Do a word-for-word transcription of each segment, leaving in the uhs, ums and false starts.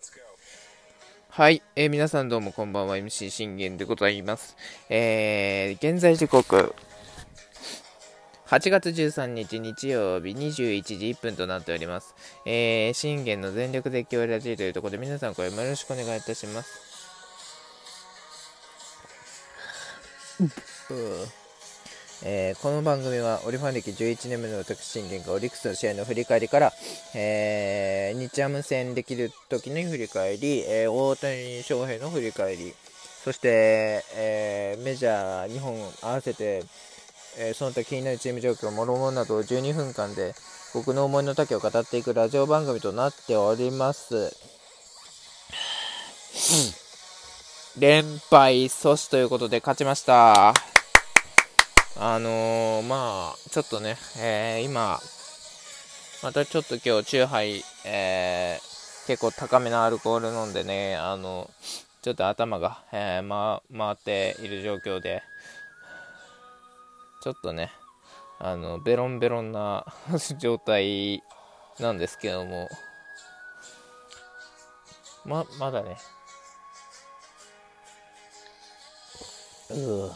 はい、えー皆さんどうもこんばんは。 エムシー 信玄でございます。えー現在時刻はちがつじゅうさんにち日曜日にじゅういちじいっぷんとなっております。えー、信玄の全力絶叫ラジオというところで皆さんこれもよろしくお願いいたします。うーえーこの番組はオリファン歴じゅういちねんめの私信玄がオリックスの試合の振り返りから、えー日ハム戦できる時の振り返り、えー大谷翔平の振り返り、そして、えーメジャーにほん合わせて、えーその他気になるチーム状況もろもろなどをじゅうにふんかんで僕の思いの丈を語っていくラジオ番組となっております。連敗阻止ということで勝ちました。あのー、まあちょっとね、えー今またちょっと今日チューハイ、えー結構高めのアルコール飲んでね、あのちょっと頭が、えーま、回っている状況で、ちょっとねあのベロンベロンな状態なんですけども、ままだね、うー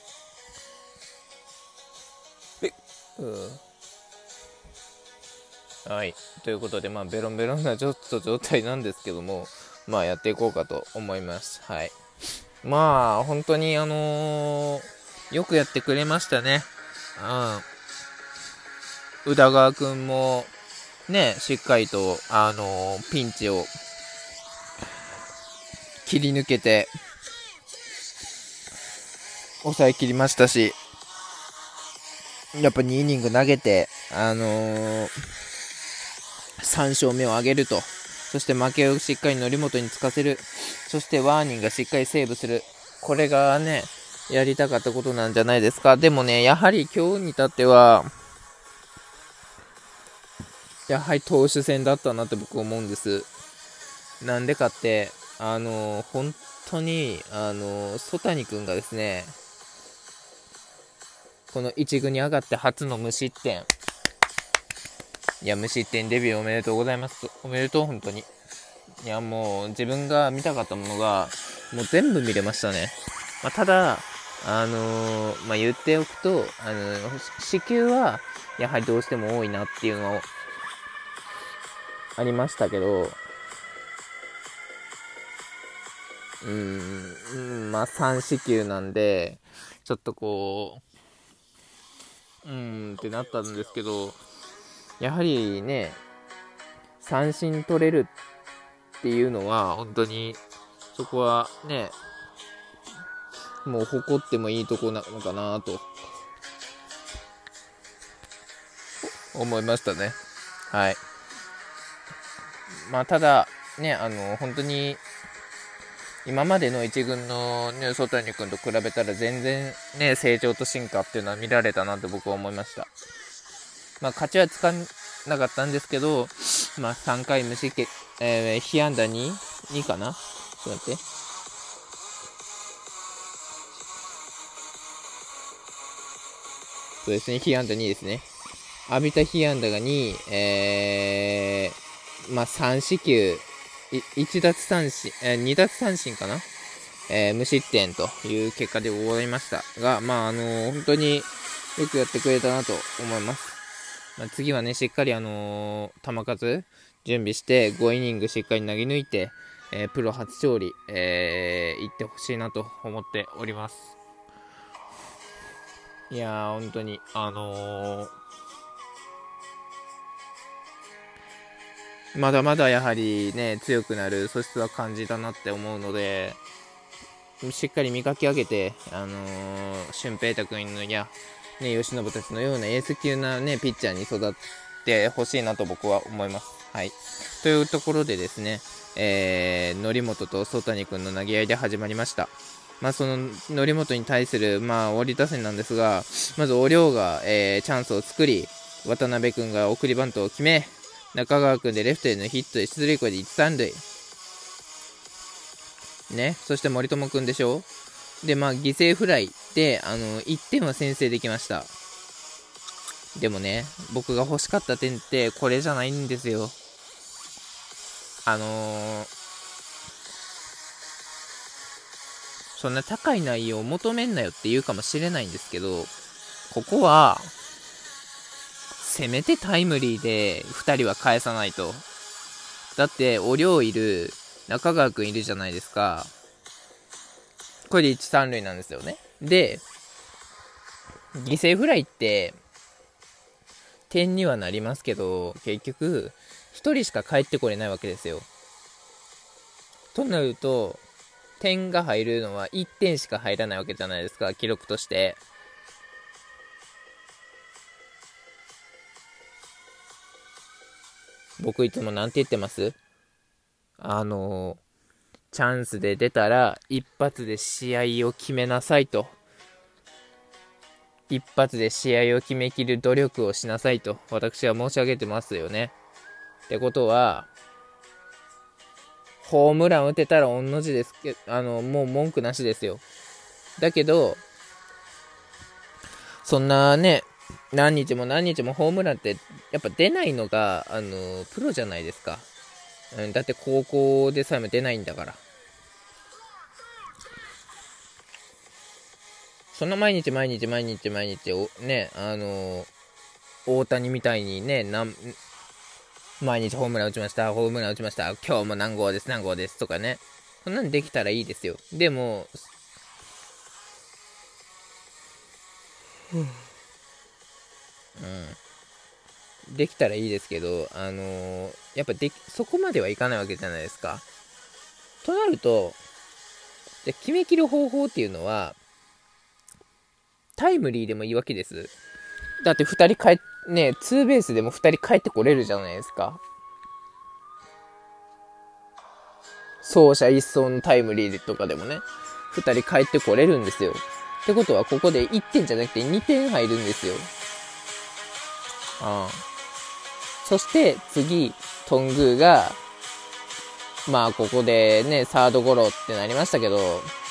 うーはい、ということで、まあ、ベロンベロンなちょっと状態なんですけども、まあ、やっていこうかと思います。はい。まあ、本当に、あのーよくやってくれましたね。うん。宇田川くんも、ね、しっかりと、あのーピンチを切り抜けて、抑え切りましたし、やっぱにイニング投げて、あのーさん勝目を挙げると、そして負けをしっかり則本につかせる、そしてワーニンがしっかりセーブする、これがねやりたかったことなんじゃないですか。でもね、やはり今日に至ってはやはり投手戦だったなって僕思うんです。なんでかって、あのー本当にあのー曽谷君がですね、このいち軍に上がって初の無失点、いや無失点デビューおめでとうございます。おめでとう本当に。いやもう自分が見たかったものがもう全部見れましたね。まあ、ただあのーまあ、言っておくと、あのー、四球はやはりどうしても多いなっていうのありましたけど、うーん、まあさん四球なんでちょっとこううーんってなったんですけど、やはりね三振取れるっていうのは本当にそこはねもう誇ってもいいとこなのかなと思いましたね。はい。まあただね、あの本当に今までの一軍のね曽谷君と比べたら全然ね成長と進化っていうのは見られたなって僕は思いました。まあ勝ちはつかなかったんですけど、まあさんかい無失点、えー、被安打に、にかな、ちょっと待って、そうですね、被安打にですね。浴びた被安打がに、えー、まあさん四球、いち奪三振、えー、に奪三振かな、えー、無失点という結果で終わりましたが、まああのー、本当によくやってくれたなと思います。まあ、次はねしっかりあのー、球数準備してごイニングしっかり投げ抜いて、えー、プロ初勝利、えー、いってほしいなと思っております。いやー本当にあのー、まだまだやはりね強くなる素質は感じたなって思うので、しっかり磨き上げて、あのー、俊平太君のや、ね、吉信たちのようなエース級な、ね、ピッチャーに育ってほしいなと僕は思います。はい、というところでですね、えー、則本と曽谷君の投げ合いで始まりました。まあ、その則本に対する、まあ、折り打線なんですが、まずお亮が、えー、チャンスを作り、渡辺君が送りバントを決め、中川君でレフトへのヒットで出塁これでいち、さん塁ね、そして森友くんでしょ。で、まあ、犠牲フライで、あの、いってんは先制できました。でもね、僕が欲しかった点ってこれじゃないんですよ。あのー、 そんな高い内容を求めんなよって言うかもしれないんですけど、ここはせめてタイムリーでふたりは返さないと。だってお寮いる中川くんいるじゃないですか。これでいち、さん塁なんですよね。で犠牲フライって点にはなりますけど、結局ひとりしか帰ってこれないわけですよ。となると点が入るのはいってんしか入らないわけじゃないですか、記録として。僕いつもなんて言ってます？あのチャンスで出たら一発で試合を決めなさいと、一発で試合を決めきる努力をしなさいと私は申し上げてますよね。ってことはホームラン打てたら御の字ですけど、あのもう文句なしですよ。だけどそんなね、何日も何日もホームランってやっぱ出ないのがあのプロじゃないですか。うん、だって高校でさえも出ないんだから。そんな毎日毎日毎日毎日おね、あの大谷みたいにね、なん毎日ホームラン打ちました、ホームラン打ちました、今日も何号です何号ですとかね、そんなんできたらいいですよ。でもうん、できたらいいですけど、あのー、やっぱでそこまではいかないわけじゃないですか。となると、じゃ決めきる方法っていうのはタイムリーでもいいわけです。だってふたり帰っね、ツーベースでもふたり帰ってこれるじゃないですか。走者一掃のタイムリーとかでもね、ふたり帰ってこれるんですよ。ってことはここでいってんじゃなくてにてん入るんですよ。ああ、そして次トングーがまあここでねサードゴロってなりましたけど、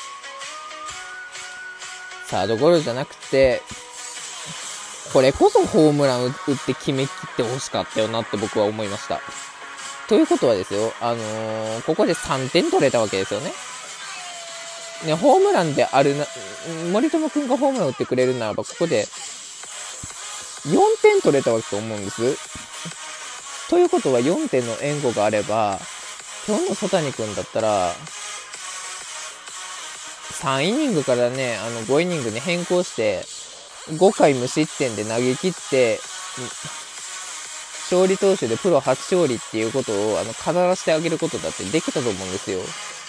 サードゴロじゃなくてこれこそホームラン打って決めきってほしかったよなって僕は思いました。ということはですよ、あのー、ここでさんてん取れたわけですよね。ね、ホームランであるな、森友くんがホームラン打ってくれるならば、ここでよんてん取れたわけと思うんです。ということはよんてんの援護があれば、今日の曽谷くんだったら、さんイニングからね、あのごイニングに変更して、ごかい無失点で投げ切って、勝利投手でプロ初勝利っていうことをあの飾らせてあげることだってできたと思うんですよ。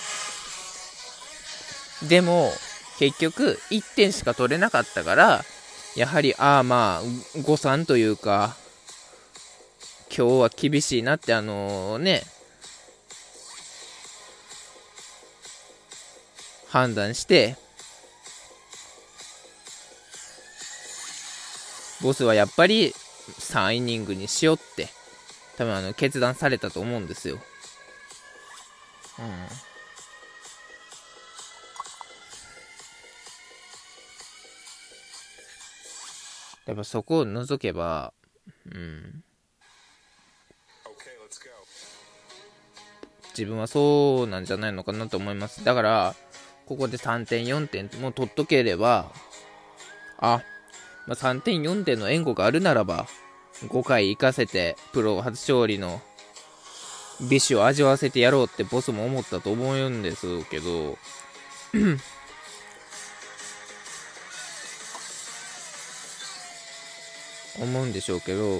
でも結局いってんしか取れなかったから、やはりああまあ誤算というか今日は厳しいなってあのー、ね判断してボスはやっぱりさんイニングにしようって多分あの決断されたと思うんですよ。うん、やっぱそこを除けば、うん、自分はそうなんじゃないのかなと思います。だからここでさんてんよんてんも取っとければ、あ、まあ、さんてんよんてんの援護があるならばごかい行かせてプロ初勝利の美酒を味わわせてやろうってボスも思ったと思うんですけど思うんでしょうけど、や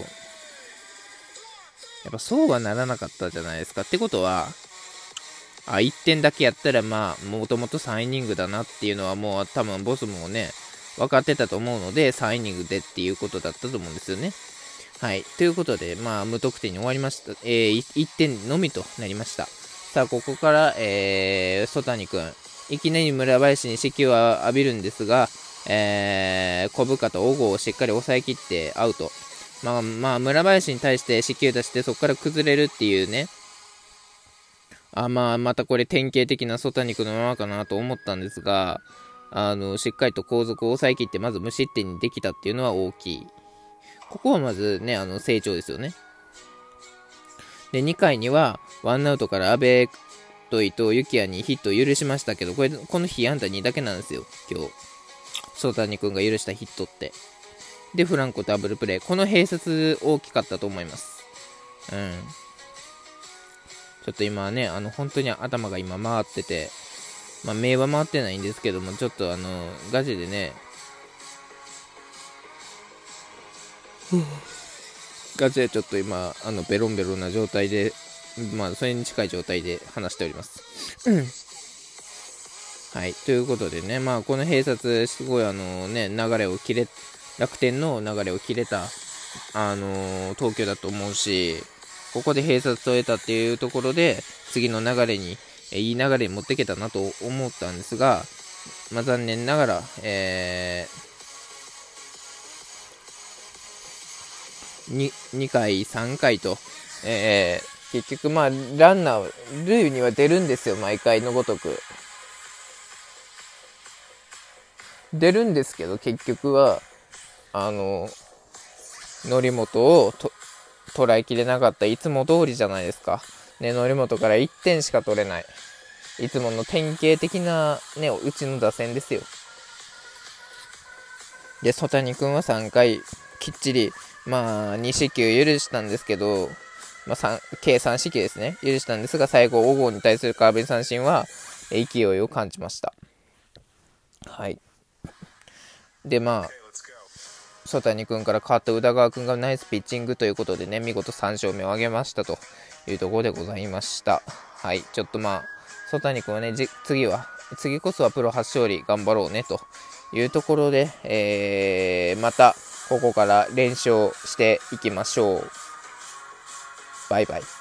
っぱそうはならなかったじゃないですか。ってことはあいってんだけやったらまあもともとさんイニングだなっていうのはもう多分ボスもね分かってたと思うのでさんイニングでっていうことだったと思うんですよね。はい。ということで、まあ、無得点に終わりました。えー、いってんのみとなりました。さあ、ここから、えー、曽谷くん。いきなり村林に四球は浴びるんですが、えー、小深と小郷をしっかり抑えきってアウト。まあ、まあ、村林に対して四球出して、そこから崩れるっていうね。あ、まあ、またこれ典型的な曽谷くんのままかなと思ったんですが、あの、しっかりと後続を抑えきって、まず無失点にできたっていうのは大きい。ここはまずね、あの成長ですよね。で、にかいにはワンアウトから阿部トイとユキヤにヒットを許しましたけど、これこの日あんたにだけなんですよ今日。ソタニ君が許したヒットって。でフランコダブルプレー、この併殺大きかったと思います。うん、ちょっと今はね、あの本当に頭が今回ってて、まあ目は回ってないんですけども、ちょっとあのガチでねガチでちょっと今あのベロンベロンな状態で、まあそれに近い状態で話しておりますはい、ということでね、まあこの併殺すごいあのね流れを切れ楽天の流れを切れたあのー、東京だと思うし、ここで併殺を得たっていうところで次の流れにえいい流れに持っていけたなと思ったんですが、まあ、残念ながら、えー、に, にかいさんかいと、えー、結局まあランナー塁には出るんですよ、毎回のごとく出るんですけど、結局はあの則本をと捉えきれなかった。いつも通りじゃないですか、ね、則本からいってんしか取れない、いつもの典型的な、ね、うちの打線ですよ。で曽谷君はさんかいきっちり、まあ、に四球許したんですけど、まあ、計さん四球ですね許したんですが、最後小郷に対する空振り三振は勢いを感じました。はい。でまあ曽谷君から代わった宇田川君がナイスピッチングということでね、見事さん勝目を挙げましたというところでございました。はい、ちょっとまあ曽谷君はね、次は次こそはプロ初勝利頑張ろうねというところで、えー、またここから連勝していきましょう。バイバイ。